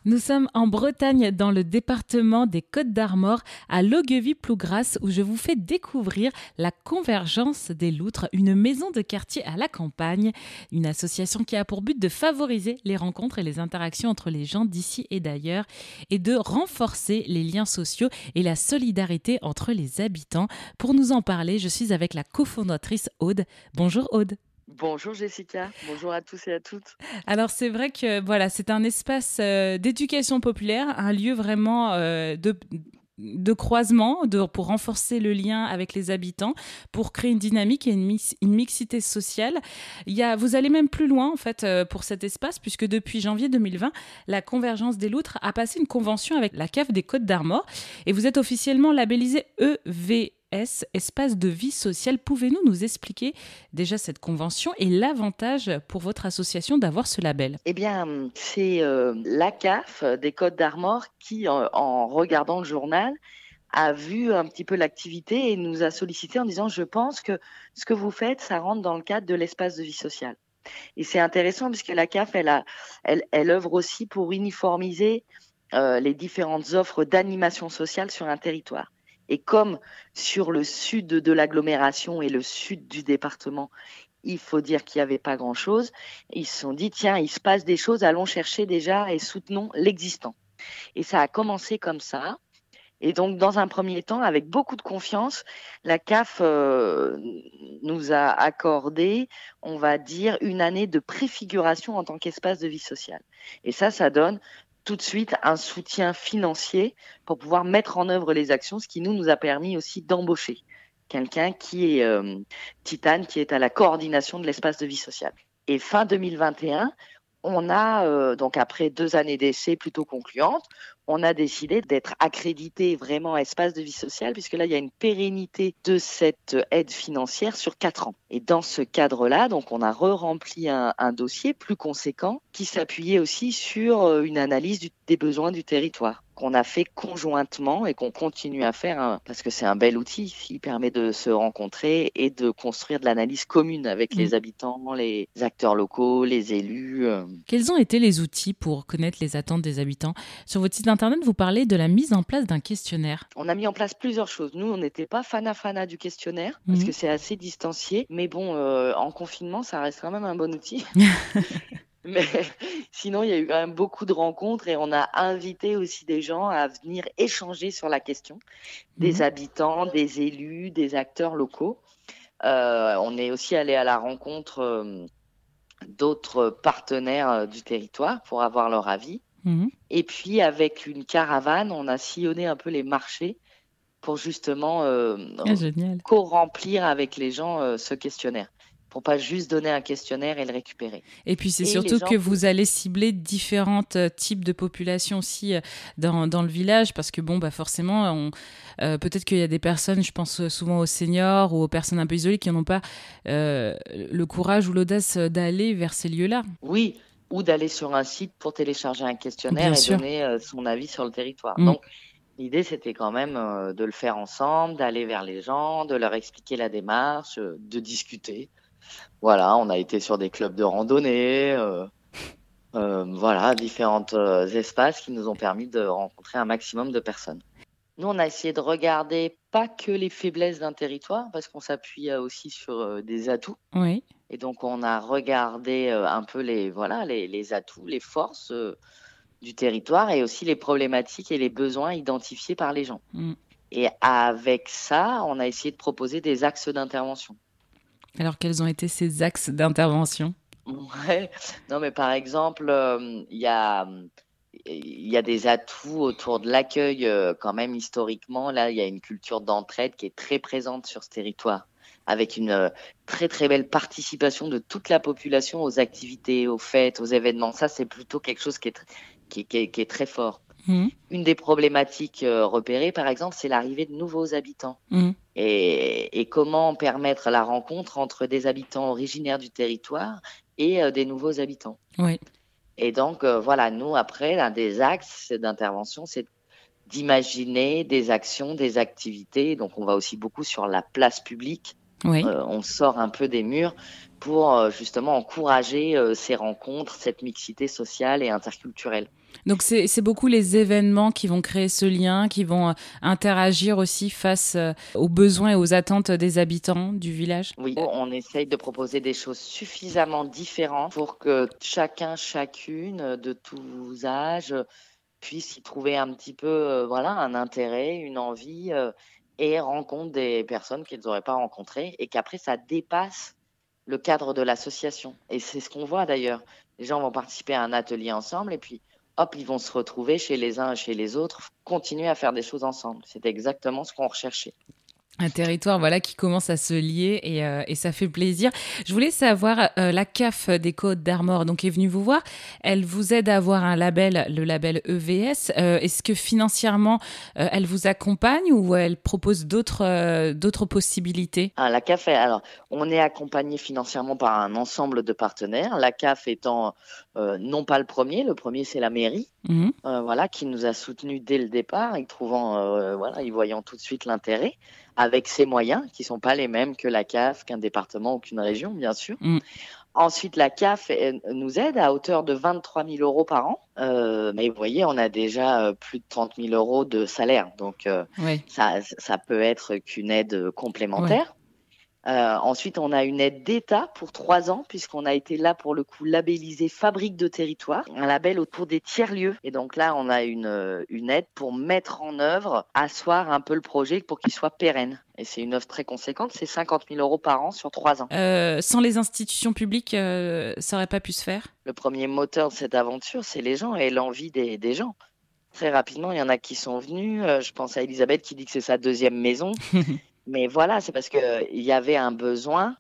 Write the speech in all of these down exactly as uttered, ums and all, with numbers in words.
Nous sommes en Bretagne, dans le département des Côtes-d'Armor, à Loguevy-Plougrasse, où je vous fais découvrir la Convergence des Loutres, une maison de quartier à la campagne, une association qui a pour but de favoriser les rencontres et les interactions entre les gens d'ici et d'ailleurs, et de renforcer les liens sociaux et la solidarité entre les habitants. Pour nous en parler, je suis avec la cofondatrice Aude. Bonjour Aude. Bonjour Jessica, bonjour à tous et à toutes. Alors c'est vrai que voilà, c'est un espace euh, d'éducation populaire, un lieu vraiment euh, de de croisement de, pour renforcer le lien avec les habitants, pour créer une dynamique et une, mix, une mixité sociale. Il y a, vous allez même plus loin en fait euh, pour cet espace, puisque depuis janvier deux mille vingt, la Convergence des Loutres a passé une convention avec la C A F des Côtes-d'Armor et vous êtes officiellement labellisé E V S, espace de vie sociale. Pouvez-vous nous expliquer déjà cette convention et l'avantage pour votre association d'avoir ce label? Eh bien, c'est euh, la C A F des Côtes d'Armor qui, en, en regardant le journal, a vu un petit peu l'activité et nous a sollicité en disant « Je pense que ce que vous faites, ça rentre dans le cadre de l'espace de vie sociale ». Et c'est intéressant puisque la C A F, elle, a, elle, elle œuvre aussi pour uniformiser euh, les différentes offres d'animation sociale sur un territoire. Et comme sur le sud de l'agglomération et le sud du département, il faut dire qu'il n'y avait pas grand-chose, ils se sont dit, tiens, il se passe des choses, allons chercher déjà et soutenons l'existant. Et ça a commencé comme ça. Et donc, dans un premier temps, avec beaucoup de confiance, la C A F euh, nous a accordé, on va dire, une année de préfiguration en tant qu'espace de vie sociale. Et ça, ça donne tout de suite un soutien financier pour pouvoir mettre en œuvre les actions, ce qui nous, nous a permis aussi d'embaucher quelqu'un qui est euh, Titane, qui est à la coordination de l'espace de vie sociale. Et fin deux mille vingt et un, on a, euh, donc après deux années d'essai plutôt concluantes, on a décidé d'être accrédité vraiment espace de vie sociale, puisque là, il y a une pérennité de cette aide financière sur quatre ans. Et dans ce cadre-là, donc, on a re-rempli un, un dossier plus conséquent qui s'appuyait aussi sur une analyse du, des besoins du territoire, qu'on a fait conjointement et qu'on continue à faire, hein, parce que c'est un bel outil qui permet de se rencontrer et de construire de l'analyse commune avec mmh. les habitants, les acteurs locaux, les élus. Euh. Quels ont été les outils pour connaître les attentes des habitants? Sur votre site internet, vous parlez de la mise en place d'un questionnaire. On a mis en place plusieurs choses. Nous, on n'était pas fana-fana du questionnaire, parce mmh. que c'est assez distancié. Mais bon, euh, en confinement, ça reste quand même un bon outil. Mais sinon, il y a eu quand même beaucoup de rencontres et on a invité aussi des gens à venir échanger sur la question, des mmh. habitants, des élus, des acteurs locaux. Euh, on est aussi allé à la rencontre euh, d'autres partenaires euh, du territoire pour avoir leur avis. Mmh. Et puis, avec une caravane, on a sillonné un peu les marchés pour justement euh, ah, co-remplir avec les gens euh, ce questionnaire, pour pas juste donner un questionnaire et le récupérer. Et puis c'est et surtout gens... que vous allez cibler différents types de populations aussi dans, dans le village, parce que bon, bah forcément, on, euh, peut-être qu'il y a des personnes, je pense souvent aux seniors ou aux personnes un peu isolées, qui n'ont pas euh, le courage ou l'audace d'aller vers ces lieux-là. Oui, ou d'aller sur un site pour télécharger un questionnaire Bien et sûr. donner euh, son avis sur le territoire. Mmh. Donc, l'idée, c'était quand même euh, de le faire ensemble, d'aller vers les gens, de leur expliquer la démarche, euh, de discuter. Voilà, on a été sur des clubs de randonnée, euh, euh, voilà, différents euh, espaces qui nous ont permis de rencontrer un maximum de personnes. Nous, on a essayé de regarder pas que les faiblesses d'un territoire, parce qu'on s'appuie aussi sur euh, des atouts. Oui. Et donc, on a regardé euh, un peu les, voilà, les, les atouts, les forces euh, du territoire et aussi les problématiques et les besoins identifiés par les gens. Mm. Et avec ça, on a essayé de proposer des axes d'intervention. Alors, quels ont été ces axes d'intervention ? Ouais. Non, mais par exemple, il euh, y a... Il y a des atouts autour de l'accueil euh, quand même historiquement. Là, il y a une culture d'entraide qui est très présente sur ce territoire, avec une euh, très très belle participation de toute la population aux activités, aux fêtes, aux événements. Ça, c'est plutôt quelque chose qui est, tr- qui, qui, est, qui est très fort. Mmh. Une des problématiques euh, repérées, par exemple, c'est l'arrivée de nouveaux habitants. Mmh. Et, et comment permettre la rencontre entre des habitants originaires du territoire et euh, des nouveaux habitants. Oui. Et donc, euh, voilà, nous, après, l'un des axes d'intervention, c'est d'imaginer des actions, des activités. Donc, on va aussi beaucoup sur la place publique Oui. Euh, on sort un peu des murs pour euh, justement encourager euh, ces rencontres, cette mixité sociale et interculturelle. Donc c'est c'est beaucoup les événements qui vont créer ce lien, qui vont euh, interagir aussi face euh, aux besoins et aux attentes des habitants du village. Oui, on essaye de proposer des choses suffisamment différentes pour que chacun, chacune, de tous âges, puisse y trouver un petit peu, euh, voilà, un intérêt, une envie, euh, et rencontre des personnes qu'ils n'auraient pas rencontrées, et qu'après ça dépasse le cadre de l'association. Et c'est ce qu'on voit d'ailleurs. Les gens vont participer à un atelier ensemble, et puis hop, ils vont se retrouver chez les uns et chez les autres, continuer à faire des choses ensemble. C'est exactement ce qu'on recherchait. Un territoire, voilà, qui commence à se lier et, euh, et ça fait plaisir. Je voulais savoir, euh, la C A F des Côtes d'Armor donc est venue vous voir. Elle vous aide à avoir un label, le label E V S. Euh, est-ce que financièrement, euh, elle vous accompagne ou elle propose d'autres euh, d'autres possibilités? Ah, la C A F, alors, on est accompagné financièrement par un ensemble de partenaires. La C A F étant euh, non pas le premier, le premier c'est la mairie, Mmh. euh, voilà, qui nous a soutenus dès le départ, y trouvant, euh, voilà, y voyant tout de suite l'intérêt, avec ses moyens qui sont pas les mêmes que la C A F, qu'un département ou qu'une région, bien sûr. Mmh. Ensuite, la C A F elle, nous aide à hauteur de vingt-trois mille euros par an. Euh, mais vous voyez, on a déjà euh, plus de trente mille euros de salaire. Donc, euh, Ouais. ça, ça peut être qu'une aide complémentaire. Euh, ensuite, on a une aide d'État pour trois ans, puisqu'on a été là, pour le coup, labellisé Fabrique de territoire, un label autour des tiers-lieux. Et donc là, on a une, une aide pour mettre en œuvre, asseoir un peu le projet pour qu'il soit pérenne. Et c'est une œuvre très conséquente, c'est cinquante mille euros par an sur trois ans. Euh, sans les institutions publiques, euh, ça aurait pas pu se faire? Le premier moteur de cette aventure, c'est les gens et l'envie des, des gens. Très rapidement, il y en a qui sont venus. Euh, je pense à Elisabeth qui dit que c'est sa deuxième maison. Mais voilà, c'est parce qu'il y avait un besoin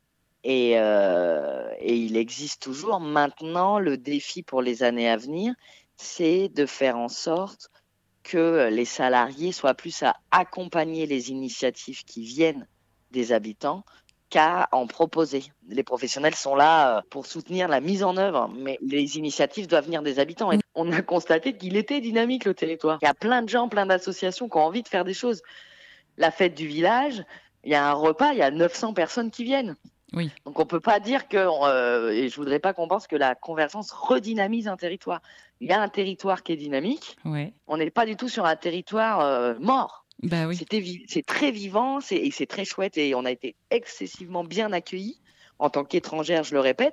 et, euh, et il existe toujours. Maintenant, le défi pour les années à venir, c'est de faire en sorte que les salariés soient plus à accompagner les initiatives qui viennent des habitants qu'à en proposer. Les professionnels sont là pour soutenir la mise en œuvre, mais les initiatives doivent venir des habitants. Et on a constaté qu'il était dynamique, le territoire. Il y a plein de gens, plein d'associations qui ont envie de faire des choses. La fête du village, il y a un repas, il y a neuf cents personnes qui viennent. Oui. Donc on peut pas dire que, euh, et je voudrais pas qu'on pense que la convergence redynamise un territoire. Il y a un territoire qui est dynamique. Ouais. On n'est pas du tout sur un territoire euh, mort. Bah oui. C'était vi- c'est très vivant, c'est, et c'est très chouette, et on a été excessivement bien accueillis en tant qu'étrangère, je le répète.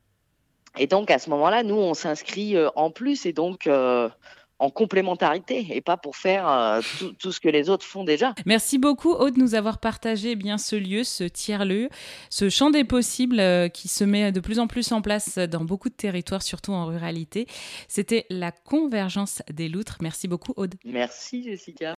Et donc à ce moment-là, nous on s'inscrit euh, en plus, et donc euh, en complémentarité, et pas pour faire euh, tout, tout ce que les autres font déjà. Merci beaucoup, Aude, de nous avoir partagé eh bien ce lieu, ce tiers-lieu, ce champ des possibles euh, qui se met de plus en plus en place dans beaucoup de territoires, surtout en ruralité. C'était la convergence des loutres. Merci beaucoup, Aude. Merci, Jessica.